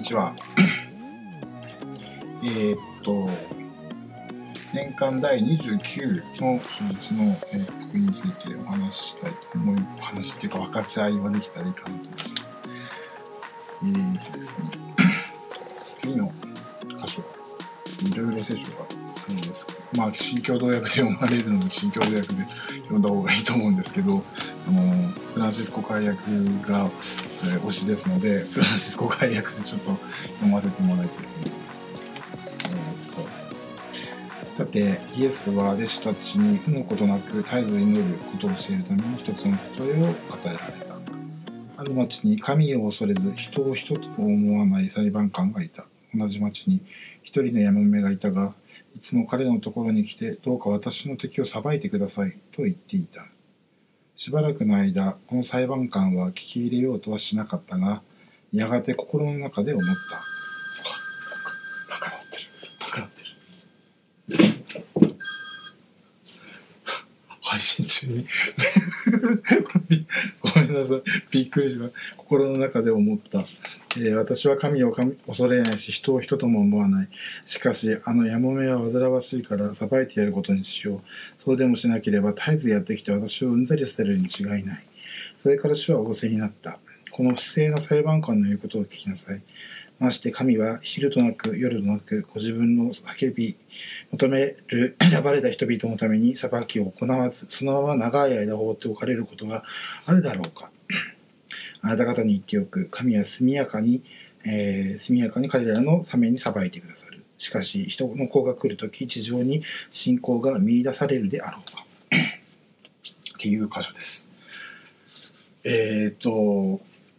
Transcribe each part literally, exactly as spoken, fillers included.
にちは。えーっと年間だいにじゅうきゅうの手術の、えー、福音についてお話ししたいと思いお話っていうか分かち合いはできたらいいかなと思います。えーとですね次の箇所いろいろ聖書があるんですけど、まあ新共同訳で読まれるので新共同訳で読んだ方がいいと思うんですけど、あのフランシスコ改訳が、えー、推しですのでフランシスコ改訳でちょっと読ませてもらいたいと思います。さて、イエスは弟子たちに不のことなく絶えず祈ることを教えるために一つの例えを与えられた。ある町に神を恐れず人を人と思わない裁判官がいた。同じ町に一人のヤモメがいたが、いつも彼のところに来て、どうか私の敵を裁いてくださいと言っていた。しばらくの間、この裁判官は聞き入れようとはしなかったが、やがて心の中で思った。バカなってる、バカなってる。配信中にごめんなさい、びっくりした。心の中で思った、えー、私は神を神恐れないし人を人とも思わない。しかしあのヤモメは煩わしいから裁いてやることにしよう。そうでもしなければ絶えずやってきて私をうんざりさせるに違いない。それから主は仰せになった。この不正な裁判官の言うことを聞きなさい。まして神は昼となく夜となくご自分の叫び求める選ばれた人々のために裁きを行わず、そのまま長い間放っておかれることがあるだろうか。あなた方に言っておく。神は速やかに、えー、速やかに彼らのために裁いてくださる。しかし人の子が来るとき地上に信仰が見出されるであろうかっていう箇所です。えーっと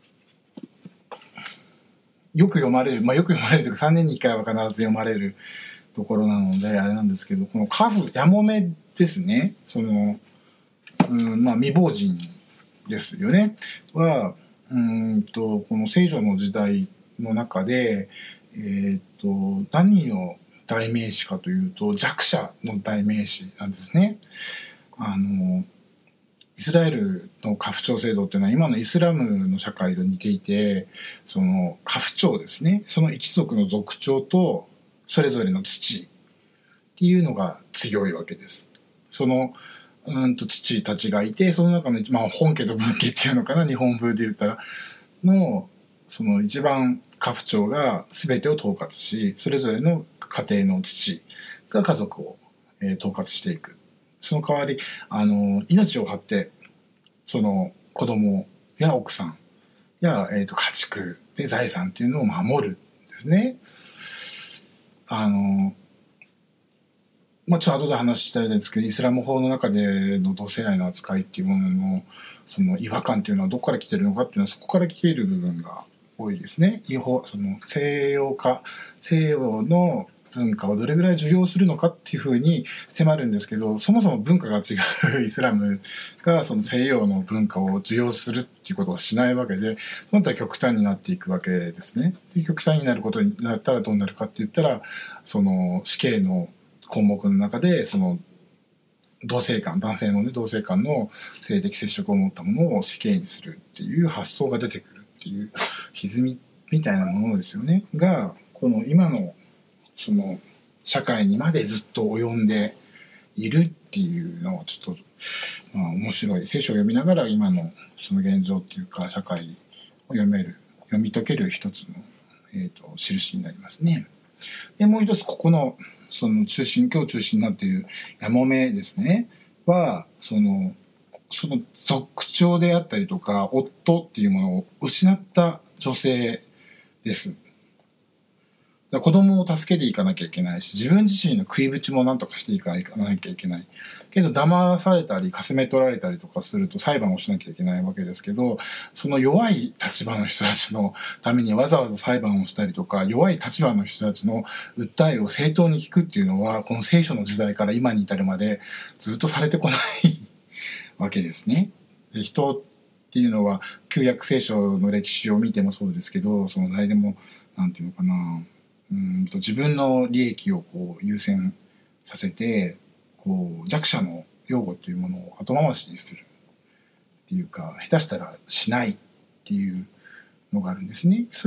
よく読まれる、まあよく読まれるというかさんねんにいっかいは必ず読まれるところなのであれなんですけど、このカフヤモメですね、その、うん、まあ未亡人ですよねは、うんとこの聖書の時代の中で、えー、と何の代名詞かというと弱者の代名詞なんですね。あのイスラエルの家父長制度っていうのは今のイスラムの社会と似ていて、その家父長ですね、その一族の族長とそれぞれの父っていうのが強いわけです。そのうんと父たちがいて、その中の、まあ、本家と分家っていうのかな、日本風で言ったらのその一番家父長が全てを統括し、それぞれの家庭の父が家族を、えー、統括していく。その代わりあの命を張ってその子供や奥さんや、えー、と家畜で財産っていうのを守るんですね。あのまあちょっと後で話したいんですけど、イスラム法の中での同性愛の扱いっていうもののその違和感っていうのはどこから来てるのかっていうのはそこから来ている部分が多いですね。違法その西洋化西洋の文化をどれぐらい受容するのかっていうふうに迫るんですけど、そもそも文化が違うイスラムがその西洋の文化を受容するっていうことをしないわけで、その他極端になっていくわけですね。で極端になることになったらどうなるかって言ったら、その死刑の項目の中でその同性間男性の、ね、同性間の性的接触を持ったものを死刑にするっていう発想が出てくるっていう歪みみたいなものですよねが、この今のその社会にまでずっと及んでいるっていうのはちょっと、まあ、面白い。聖書を読みながら今のその現状っていうか社会を読める読み解ける一つの、えーと、印になりますね。でもう一つここのその中心今日中心になっているヤモメですねはそのその族長であったりとか夫っていうものを失った女性です。子供を助けていかなきゃいけないし、自分自身の食いぶちも何とかしていかなきゃいけないけど、騙されたりかすめ取られたりとかすると裁判をしなきゃいけないわけですけど、その弱い立場の人たちのためにわざわざ裁判をしたりとか、弱い立場の人たちの訴えを正当に聞くっていうのはこの聖書の時代から今に至るまでずっとされてこないわけですね。で人っていうのは旧約聖書の歴史を見てもそうですけど、その誰でもなんていうのかな、うんと自分の利益をこう優先させてこう弱者の擁護というものを後回しにするっていうか、下手したらしないっていうのがあるんですね。それ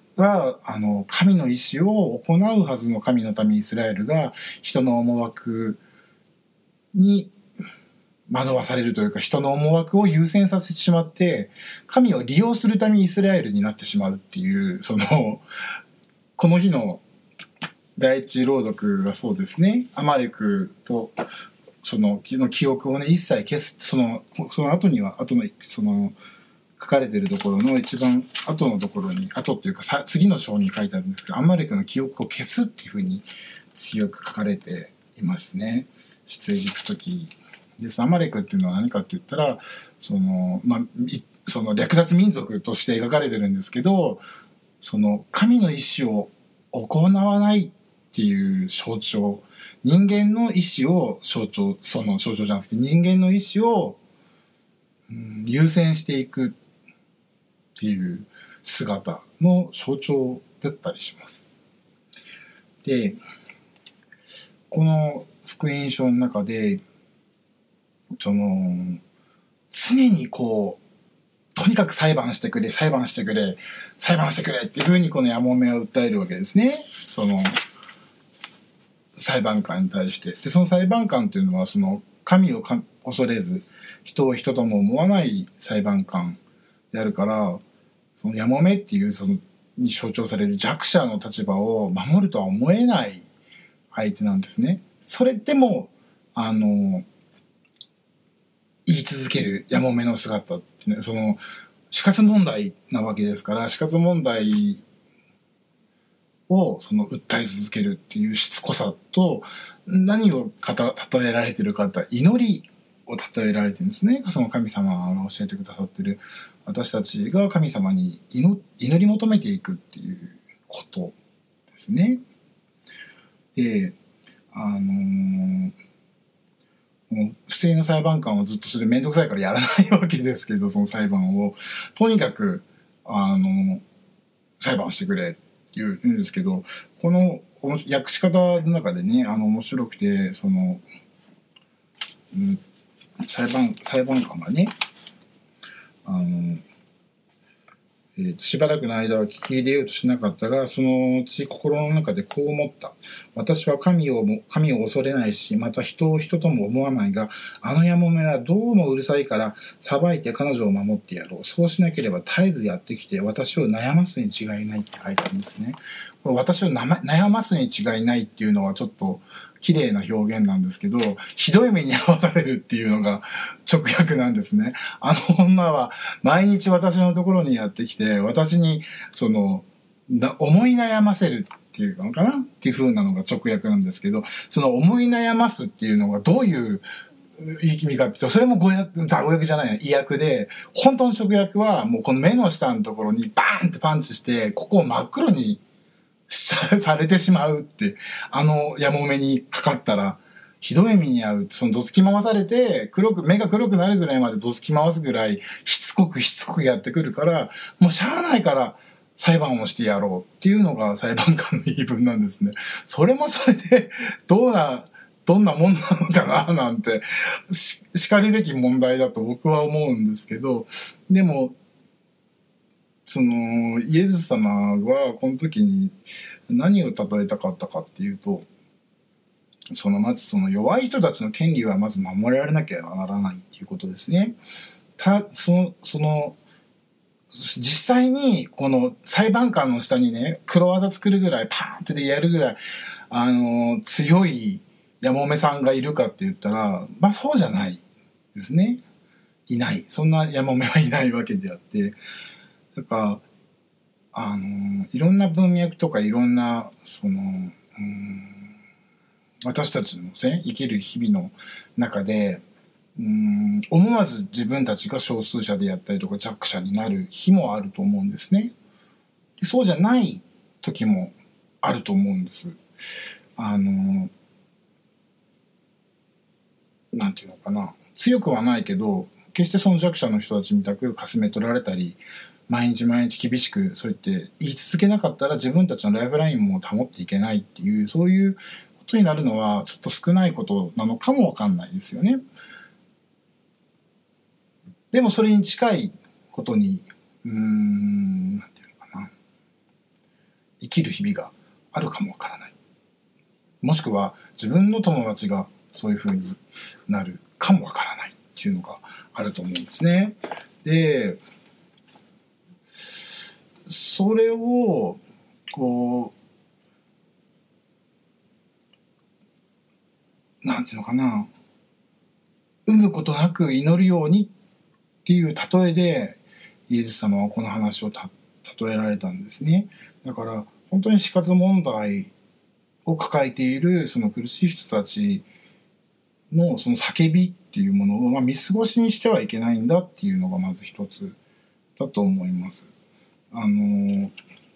はあの神の意志を行うはずの神の民イスラエルが人の思惑に惑わされるというか、人の思惑を優先させてしまって神を利用するためにイスラエルになってしまうっていう、そのこの日の第一朗読がそうですね。アマレクとそのの記憶をね一切消す、そのその後には後のその書かれているところの一番後のところに、後っていうかさ次の章に書いてあるんですけど、アンマレクの記憶を消すっていうふうに強く書かれていますね。出エジプト記です。アンマレクっていうのは何かって言ったら、そのまあその略奪民族として描かれてるんですけど、その神の意志を行わないっていう象徴、人間の意志を象徴、その象徴じゃなくて人間の意志を、うん、優先していくっていう姿の象徴だったりします。で、この福音書の中でその常にこうとにかく裁判してくれ裁判してくれ裁判してくれっていうふうにこのやもめは訴えるわけですね。その裁判官に対して。でその裁判官っていうのはその神を恐れず人を人とも思わない裁判官であるから、そのやもめっていうそのに象徴される弱者の立場を守るとは思えない相手なんですね。それでもあの言い続けるやもめの姿っていうのは、その死活問題なわけですから、死活問題をその訴え続けるっていうしつこさと、何をかた例えられてるかって祈りを例えられてるんですね。その神様が教えてくださってる私たちが神様に 祈, 祈り求めていくっていうことですね。で、あのー、不正の裁判官はずっとそれめんどくさいからやらないわけですけど、その裁判をとにかくあの裁判してくれって言うんですけど、この訳し方の中でね、あの面白くて、その、うん、裁判裁判官がね、あの、えー、としばらくの間は聞き入れようとしなかったが、そのうち心の中でこう思った。私は神をも神を恐れないし、また人を人とも思わないが、あのやもめはどうもうるさいから裁いて彼女を守ってやろう。そうしなければ絶えずやってきて私を悩ますに違いないって書いてあるんですね。これ私を悩ますに違いないっていうのはちょっと綺麗な表現なんですけど、ひどい目に遭わされるっていうのが直訳なんですね。あの女は毎日私のところにやってきて、私にその思い悩ませるっていうのかなっていう風なのが直訳なんですけど、その思い悩ますっていうのがどういう意味かって、それも語訳、語訳じゃない、意訳で、本当の直訳はもうこの目の下のところにバーンってパンチして、ここを真っ黒にされてしまうって、あのやもめにかかったらひどい目に遭う。そのどつき回されて黒く目が黒くなるぐらいまでどつき回すぐらいしつこくしつこくやってくるから、もうしゃあないから裁判をしてやろうっていうのが裁判官の言い分なんですね。それもそれでどうなどんなもんなのかななんてしかるべき問題だと僕は思うんですけど、でもそのイエス様はこの時に何を例えたかったかっていうと、そのまずその弱い人たちの権利はまず守られなきゃならないっていうことですね。たそのその実際にこの裁判官の下にね黒技作るぐらいパーンってでやるぐらいあの強いやもめさんがいるかって言ったら、まあそうじゃないですね。いない。そんなやもめはいないわけであって。だからあのいろんな文脈とかいろんなその、うん、私たちの、ね、生きる日々の中で、うん、思わず自分たちが少数者であったりとか弱者になる日もあると思うんですね。そうじゃない時もあると思うんです。あのなんていうのかな、強くはないけど決してその弱者の人たちみたくかすめ取られたり毎日毎日厳しくそうやって言い続けなかったら自分たちのライフラインも保っていけないっていう、そういうことになるのはちょっと少ないことなのかもわかんないですよね。でもそれに近いことにうーんなんていうのかな、 生きる日々があるかもわからない。もしくは自分の友達がそういう風になるかもわからないっていうのがあると思うんですね。で、それをこうなんていうのかな、産むことなく祈るようにっていう例えでイエス様はこの話をた例えられたんですね。だから本当に死活問題を抱えているその苦しい人たちのその叫びっていうものを、まあ、見過ごしにしてはいけないんだっていうのがまず一つだと思います。あの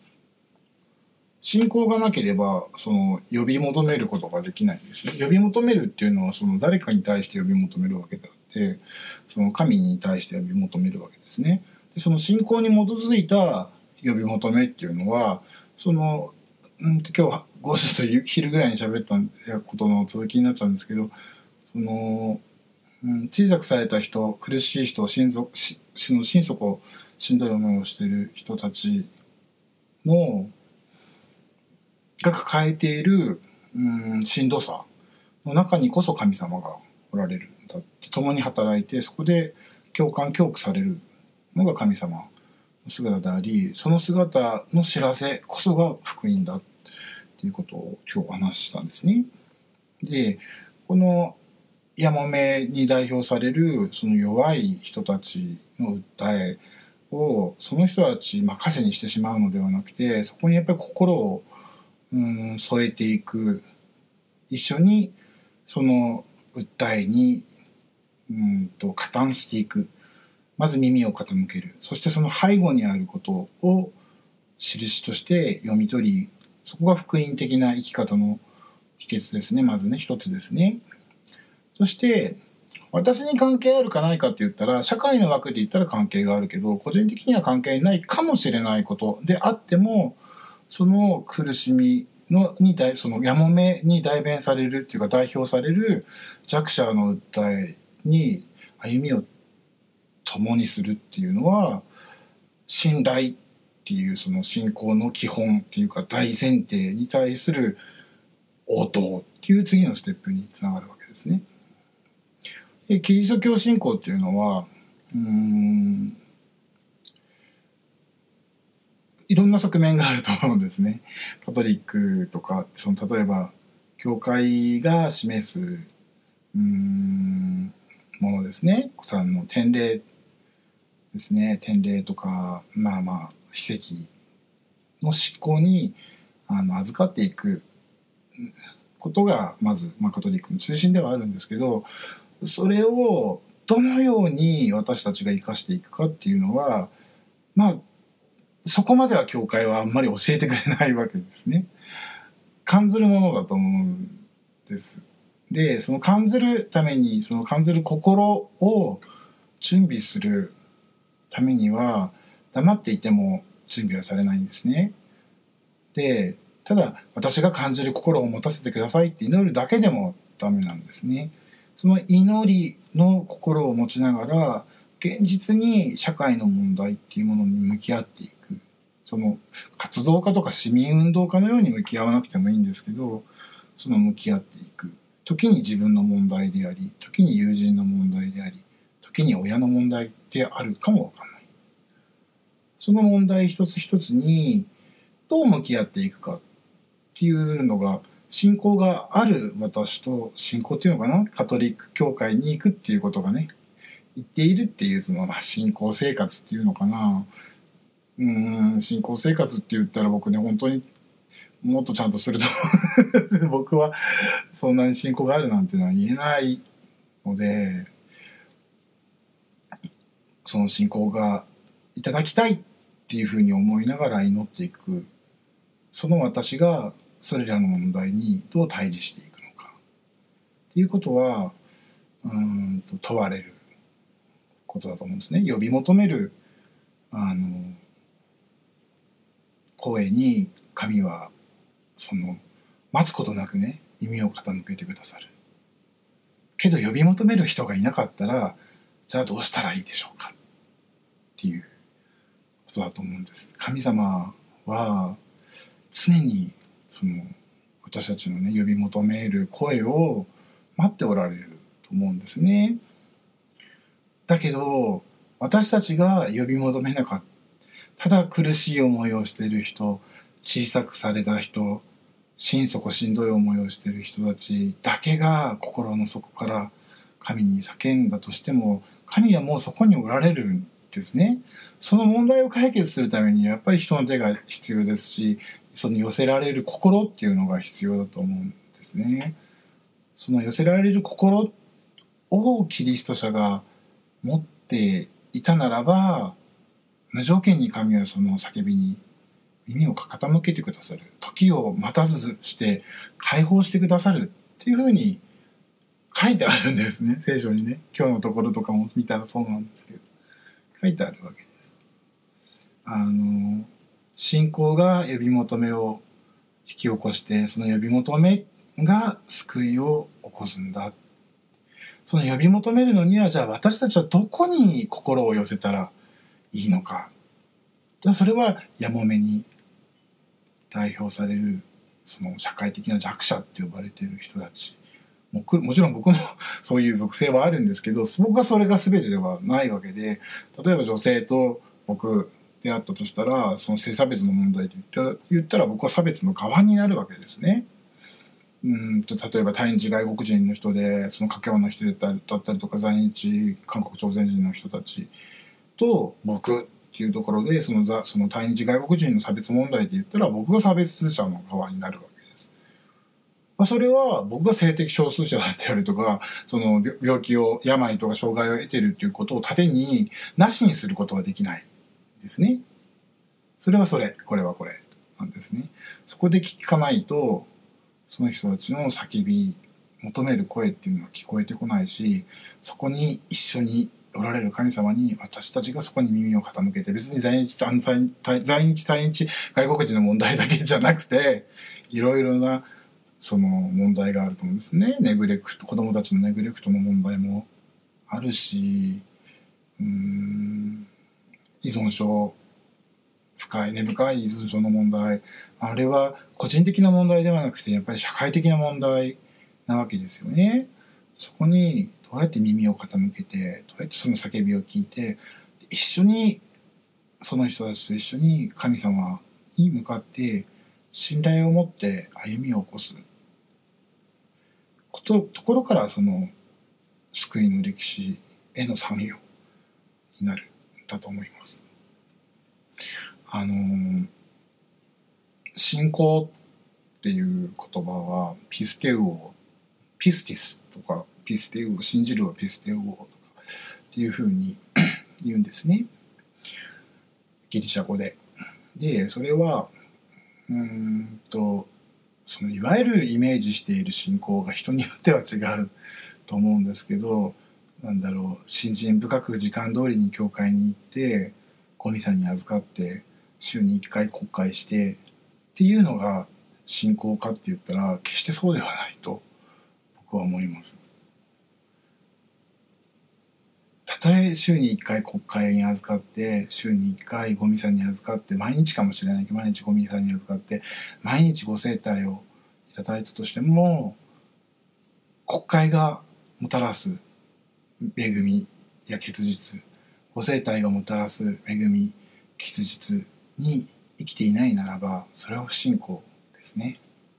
信仰がなければその呼び求めることができないんですね。呼び求めるっていうのはその誰かに対して呼び求めるわけであってその神に対して呼び求めるわけですね。でその信仰に基づいた呼び求めっていうのはその、うん、今日ごじと昼ぐらいに喋ったことの続きになっちゃうんですけどその、うん、小さくされた人苦しい人心底死の心底しんどい思いをしている人たちのが抱えている、うん、しんどさの中にこそ神様がおられるんだって共に働いてそこで共感共苦されるのが神様の姿でありその姿の知らせこそが福音だっていうことを今日お話ししたんですね。でこのヤモメに代表されるその弱い人たちの訴えをその人たち任せにしてしまうのではなくてそこにやっぱり心をうん添えていく一緒にその訴えにうんと加担していくまず耳を傾けるそしてその背後にあることを印として読み取りそこが福音的な生き方の秘訣ですね。まずね一つですね。そして私に関係あるかないかって言ったら社会の枠で言ったら関係があるけど個人的には関係ないかもしれないことであってもその苦しみのにそのやもめに代弁されるっていうか代表される弱者の訴えに歩みを共にするっていうのは信頼っていうその信仰の基本っていうか大前提に対する応答っていう次のステップにつながるわけですね。でキリスト教信仰っていうのはうーんいろんな側面があると思うんですね。カトリックとかその例えば教会が示すうーんものですね。さんの典礼ですね。典礼とかまあまあ秘跡の執行にあの預かっていくことがまず、まあ、カトリックの中心ではあるんですけどそれをどのように私たちが生かしていくかっていうのはまあそこまでは教会はあんまり教えてくれないわけですね。感ずるものだと思うんです。で、その感ずるために、その感ずる心を準備するためには、黙っていても準備はされないんですね。で、ただ私が感じる心を持たせてくださいって祈るだけでもダメなんですね。その祈りの心を持ちながら、現実に社会の問題っていうものに向き合っていく。その活動家とか市民運動家のように向き合わなくてもいいんですけどその向き合っていく時に自分の問題であり時に友人の問題であり時に親の問題であるかもわからないその問題一つ一つにどう向き合っていくかっていうのが信仰がある私と信仰っていうのかなカトリック教会に行くっていうことがね言っているっていうその、まあ、信仰生活っていうのかなうーん信仰生活って言ったら僕ね本当にもっとちゃんとすると僕はそんなに信仰があるなんていうのは言えないのでその信仰がいただきたいっていうふうに思いながら祈っていくその私がそれらの問題にどう対峙していくのかっていうことはうーんと問われることだと思うんですね。呼び求めるあの声に神はその待つことなくね耳を傾けてくださるけど呼び求める人がいなかったらじゃあどうしたらいいでしょうかっていうことだと思うんです。神様は常にその私たちのね呼び求める声を待っておられると思うんですね。だけど私たちが呼び求めなかった、ただ苦しい思いをしている人、小さくされた人、心底しんどい思いをしている人たちだけが心の底から神に叫んだとしても、神はもうそこにおられるんですね。その問題を解決するためにやっぱり人の手が必要ですし、その寄せられる心っていうのが必要だと思うんですね。その寄せられる心をキリスト者が持っていたならば、無条件に神はその叫びに耳を傾けてくださる、時を待たずして解放してくださるっていうふうに書いてあるんですね、聖書にね。今日のところとかも見たらそうなんですけど、書いてあるわけです。あの信仰が呼び求めを引き起こして、その呼び求めが救いを起こすんだ。その呼び求めるのには、じゃあ私たちはどこに心を寄せたらいいのか。それはやもめに代表されるその社会的な弱者って呼ばれている人たち、も, もちろん僕もそういう属性はあるんですけど、僕はそれが全てではないわけで、例えば女性と僕であったとしたら、その性差別の問題で言った言ったら僕は差別の側になるわけですね。うんと例えば対日外国人の人で、その華僑の人だったりとか、在日韓国朝鮮人の人たちと僕っていうところで、そのその対日外国人の差別問題で言ったら僕が差別者の側になるわけです。まあ、それは僕が性的少数者だったりとか、その病気を病とか障害を得ているということを盾になしにすることはできないですね。それはそれ、これはこれなんですね。そこで聞かないと、その人たちの叫び、求める声っていうのは聞こえてこないし、そこに一緒におられる神様に私たちがそこに耳を傾けて、別に在日在日対日外国人の問題だけじゃなくて、いろいろなその問題があると思うんですね。ネグレクト、子どもたちのネグレクトの問題もあるし、うーん依存症、深い根深い依存症の問題、あれは個人的な問題ではなくてやっぱり社会的な問題なわけですよね。そこにどうやって耳を傾けて、どうやってその叫びを聞いて、一緒にその人たちと一緒に神様に向かって信頼を持って歩みを起こすことところから、その救いの歴史への参与になるんだと思います。あの信仰っていう言葉はピステウオ、ピスティスとかピステウオ、信じるはピステウオとかっていうふうに言うんですね、ギリシャ語で。でそれはうーんとそのいわゆるイメージしている信仰が人によっては違うと思うんですけど、なんだろう、信心深く時間通りに教会に行って小ミサに預かって週にいっかい国会してっていうのが信仰かって言ったら決してそうではないと僕は思います。たとえ週にいっかい国会に預かって、週にいっかいごミサに預かって、毎日かもしれないけど毎日ごミサに預かって毎日ご聖体をいただいたとしても、国会がもたらす恵みや結実、ご聖体がもたらす恵み結実に生きていないならば、それは不信仰ですね。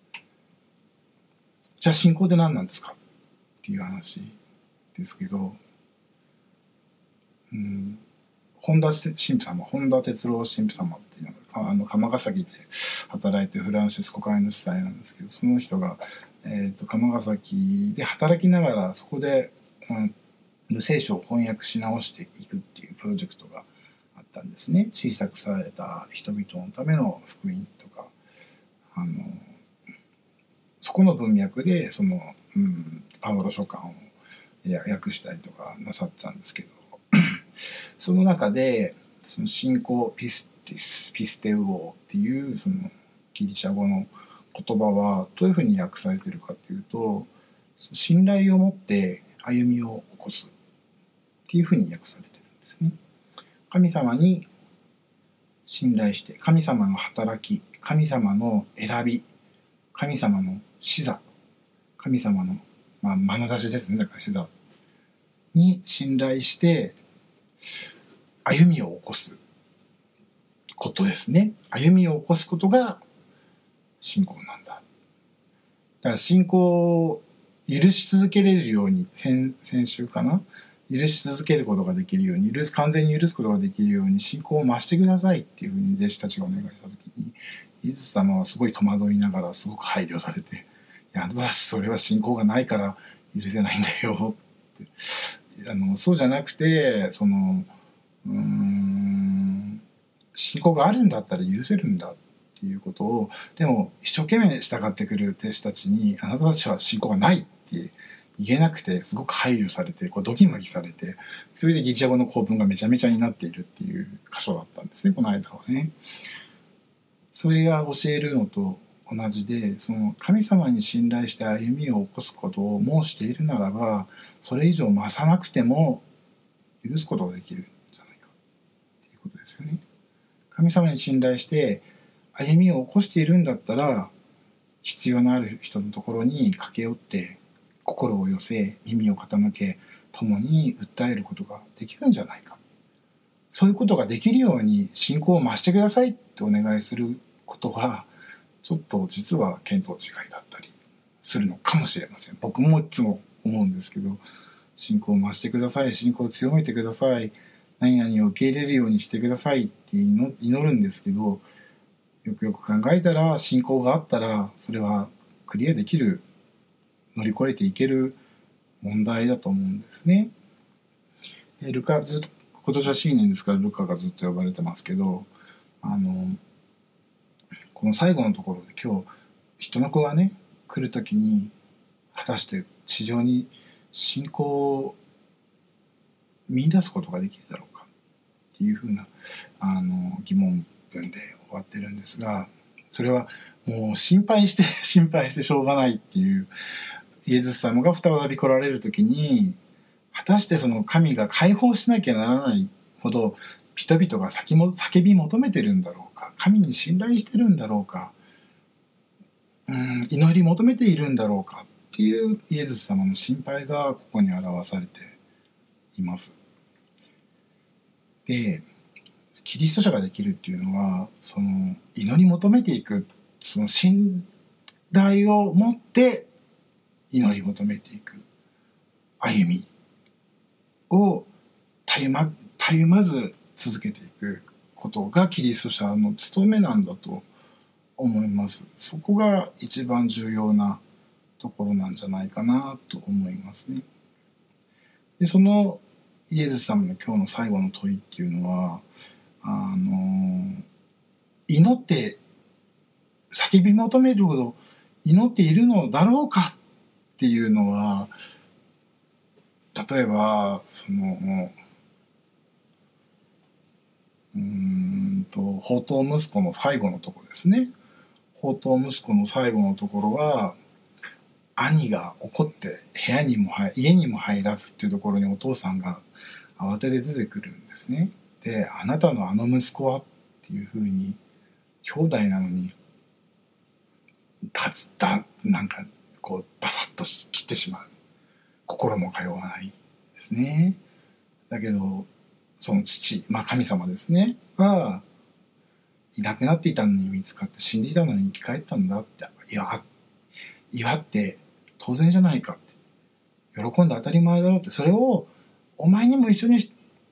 じゃあ信仰って何なんですかっていう話ですけど、うん、本田神父様、本田哲郎神父様っていうのがあの鎌ヶ崎で働いてるフランシスコ会の司祭なんですけど、その人が、えー、と鎌ヶ崎で働きながらそこで、うん、聖書を翻訳し直していくっていうプロジェクトがあったんですね。小さくされた人々のための福音とか、あのそこの文脈でその、うん、パウロ書簡を訳したりとかなさってたんですけど、その中でその信仰ピスティスピステウオっていうそのギリシャ語の言葉はどういうふうに訳されているかというと、信頼を持って歩みを起こすっていうふうに訳されているんですね。神様に信頼して、神様の働き、 神様の選び、神様の視座、神様の、まあ、眼差しですね。だから視座に信頼して歩みを起こすことですね。歩みを起こすことが信仰なんだ。だから信仰を許し続けれるように、先、先週かな、許し続けることができるように、許す、完全に許すことができるように信仰を増してくださいっていうふうに弟子たちがお願いしたときに、イエス様はすごい戸惑いながらすごく配慮されて、いや、私それは信仰がないから許せないんだよって。あの、そうじゃなくて、その、うーん、信仰があるんだったら許せるんだっていうことを、でも一生懸命従ってくる弟子たちに、あなたたちは信仰がないって言えなくて、すごく配慮されて、こうドキマキされて、それでギリシャ語の構文がめちゃめちゃになっているっていう箇所だったんですね、この間はね。それが教えるのと同じで、その神様に信頼して歩みを起こすことを申しているならば、それ以上増さなくても許すことができるんじゃないかっていうことですよね。神様に信頼して歩みを起こしているんだったら、必要のある人のところに駆け寄って心を寄せ、耳を傾け、共に訴えることができるんじゃないか。そういうことができるように信仰を増してくださいってお願いすることは、ちょっと実は見当違いだったりするのかもしれません。僕もいつも思うんですけど、信仰を増してください、信仰を強めてください、何々を受け入れるようにしてくださいって祈るんですけど、よくよく考えたら、信仰があったらそれはクリアできる、乗り越えていける問題だと思うんですね。でルカずっと今年は新年ですからルカがずっと呼ばれてますけど、あのこの最後のところで、今日人の子がね来る時に果たして地上に信仰を見出すことができるだろうかっていうふうなあの疑問文で終わってるんですが、それはもう心配して心配してしょうがないっていう、イエズス様が再び来られる時に果たしてその神が解放しなきゃならないほど人々が先も叫び求めてるんだろうか、神に信頼してるんだろうか、うん、祈り求めているんだろうかっていうイエズス様の心配がここに表されています。で、キリスト者ができるっていうのは、その祈り求めていく、その信頼を持って祈り求めていく歩みをたゆま、たゆまず続けていくことがキリスト者の務めなんだと思います。そこが一番重要なところなんじゃないかなと思いますね。で、そのイエズス様の今日の最後の問いっていうのは、あの祈って叫び求めるほど祈っているのだろうかっていうのは、例えばそのうーんと放蕩息子の最後のところですね。放蕩息子の最後のところは、兄が怒って部屋にも入家にも入らずっていうところにお父さんが慌てて出てくるんですね。で、あなたのあの息子はっていうふうに、兄弟なのに立つだなんかこうバサッと切ってしまう、心も通わないですね。だけどその父、まあ神様ですねが、いなくなっていたのに見つかって、死んでいたのに生き返ったんだって、いや祝って当然じゃないかって、喜んで当たり前だろうって、それをお前にも一緒に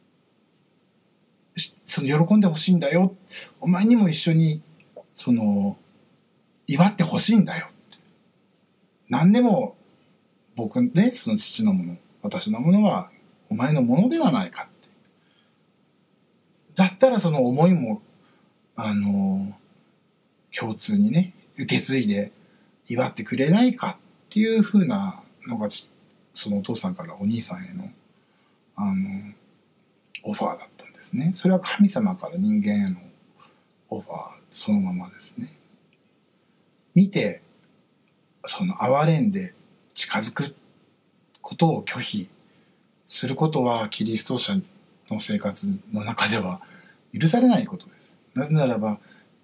その喜んでほしいんだよ、お前にも一緒にその祝ってほしいんだよって、何でも僕ね、その父のもの、私のものはお前のものではないかって、だったらその思いもあの共通にね受け継いで祝ってくれないかっていう風なのが、そのお父さんからお兄さんへのあのオファーだったんですね。それは神様から人間へのオファーそのままですね。見てその憐れんで近づくことを拒否することは、キリスト者の生活の中では許されないことです。なぜならば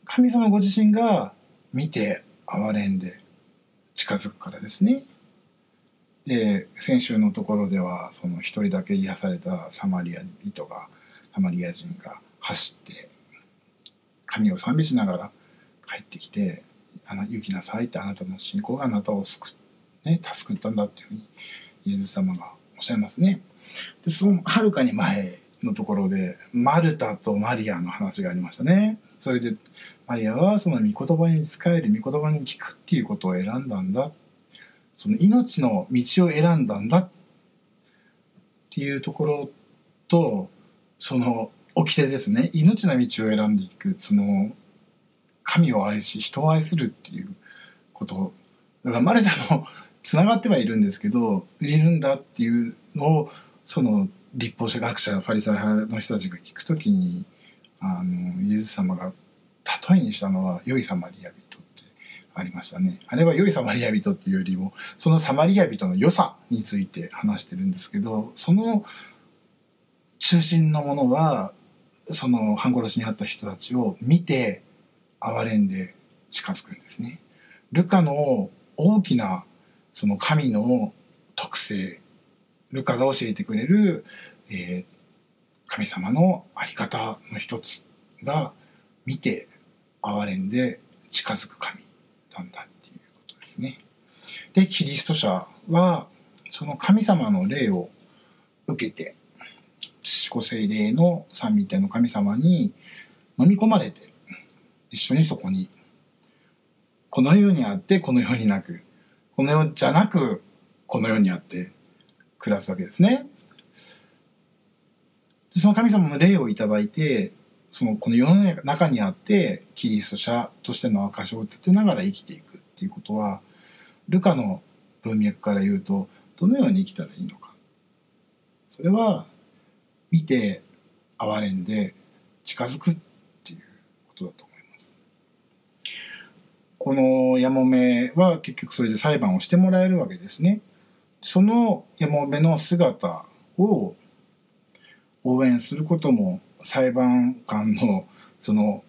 神様ご自身が見て憐れんで近づくからですね。で先週のところではその一人だけ癒されたサマリア人がサマリア人が走って神を賛美しながら帰ってきて、あの行きなさいって、あなたの信仰があなたを救っ、ね、助けたんだっていうふうにイエス様がおっしゃいますね。でそのはるかに前のところでマルタとマリアの話がありましたね。それでマリアはその御言葉に仕える、御言葉に聞くっていうことを選んだんだ、その命の道を選んだんだっていうところと、その掟ですね、命の道を選んでいく、その神を愛し人を愛するっていうことだからマルタもつながってはいるんですけど、いるんだっていうのをその律法者学者ファリサイ派の人たちが聞くときに、あのイエス様が例えにしたのは良いサマリア人ってありましたね。あれは良いサマリア人っていうよりもそのサマリア人の良さについて話してるんですけど、その中心のものはその半殺しにあった人たちを見て憐れんで近づくんですね。ルカの大きなその神の特性、ルカが教えてくれる、えー、神様のあり方の一つが見て憐れんで近づく神なんだっていうことですね。でキリスト者はその神様の霊を受けて、父子聖霊の三位一体の神様に飲み込まれて、一緒にそこにこの世にあってこの世になく、この世じゃなくこの世にあって暮らすわけですね。でその神様の霊をいただいて、そのこの世の中にあってキリスト者としての証を立てながら生きていくっていうことは、ルカの文脈から言うとどのように生きたらいいのか、それは見て憐れんで近づくっていうことだと思います。このやもめは結局それで裁判をしてもらえるわけですね。そのやもめの姿を応援することも、裁判官のその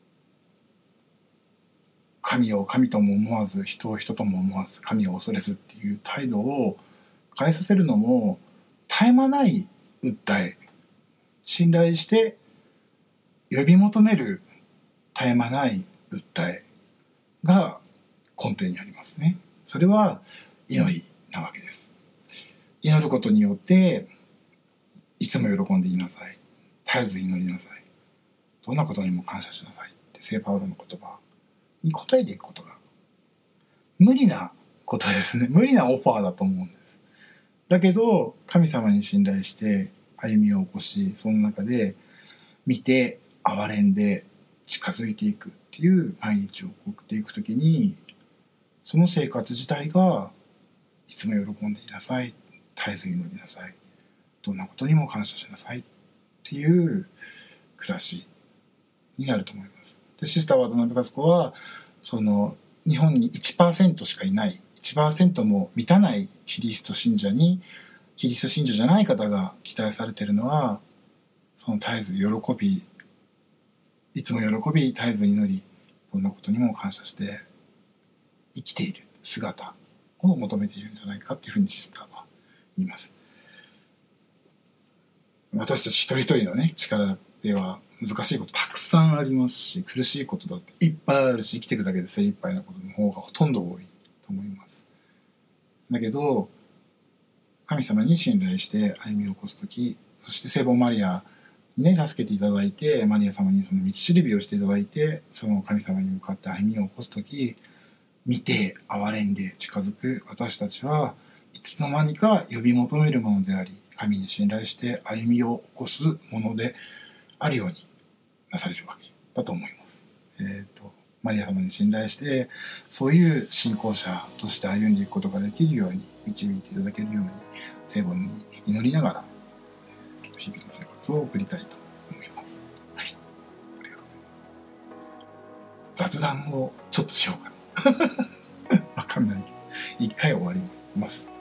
神を神とも思わず人を人とも思わず神を恐れずっていう態度を変えさせるのも、絶え間ない訴え、信頼して呼び求める絶え間ない訴えが根底にありますね。それは祈りなわけです。祈ることによっていつも喜んでいなさい、絶えず祈りなさい、どんなことにも感謝しなさいって聖パウロの言葉に応えていくことが無理なことですね。無理なオファーだと思うんです。だけど神様に信頼して歩みを起こし、その中で見て憐れんで近づいていくっていう毎日を送っていくときに、その生活自体がいつも喜んでいなさい、絶えず祈りなさい、どんなことにも感謝しなさいっていう暮らしになると思います。でシスター渡辺和子はその日本に いちパーセント しかいない、いちパーセント も満たないキリスト信者に、キリスト信者じゃない方が期待されているのは、その絶えず喜び、いつも喜び絶えず祈り、どんなことにも感謝して生きている姿を求めているんじゃないかっていうふうにシスターは言います。私たち一人一人のね力では難しいことたくさんありますし、苦しいことだっていっぱいあるし、生きていくだけで精一杯なことの方がほとんど多いと思います。だけど神様に信頼して歩みを起こすとき、そして聖母マリアにね助けていただいて、マリア様にその道しるべをしていただいて、その神様に向かって歩みを起こすとき、見て憐れんで近づく私たちはいつの間にか呼び求めるものであり、神に信頼して歩みを起こすものであるようになされるわけだと思います。えーと、マリア様に信頼してそういう信仰者として歩んでいくことができるように導いていただけるように、聖母に祈りながら日々の生活を送りたいと思います。はい、ありがとうございます。雑談をちょっとしようかなわかんないけど一回終わります。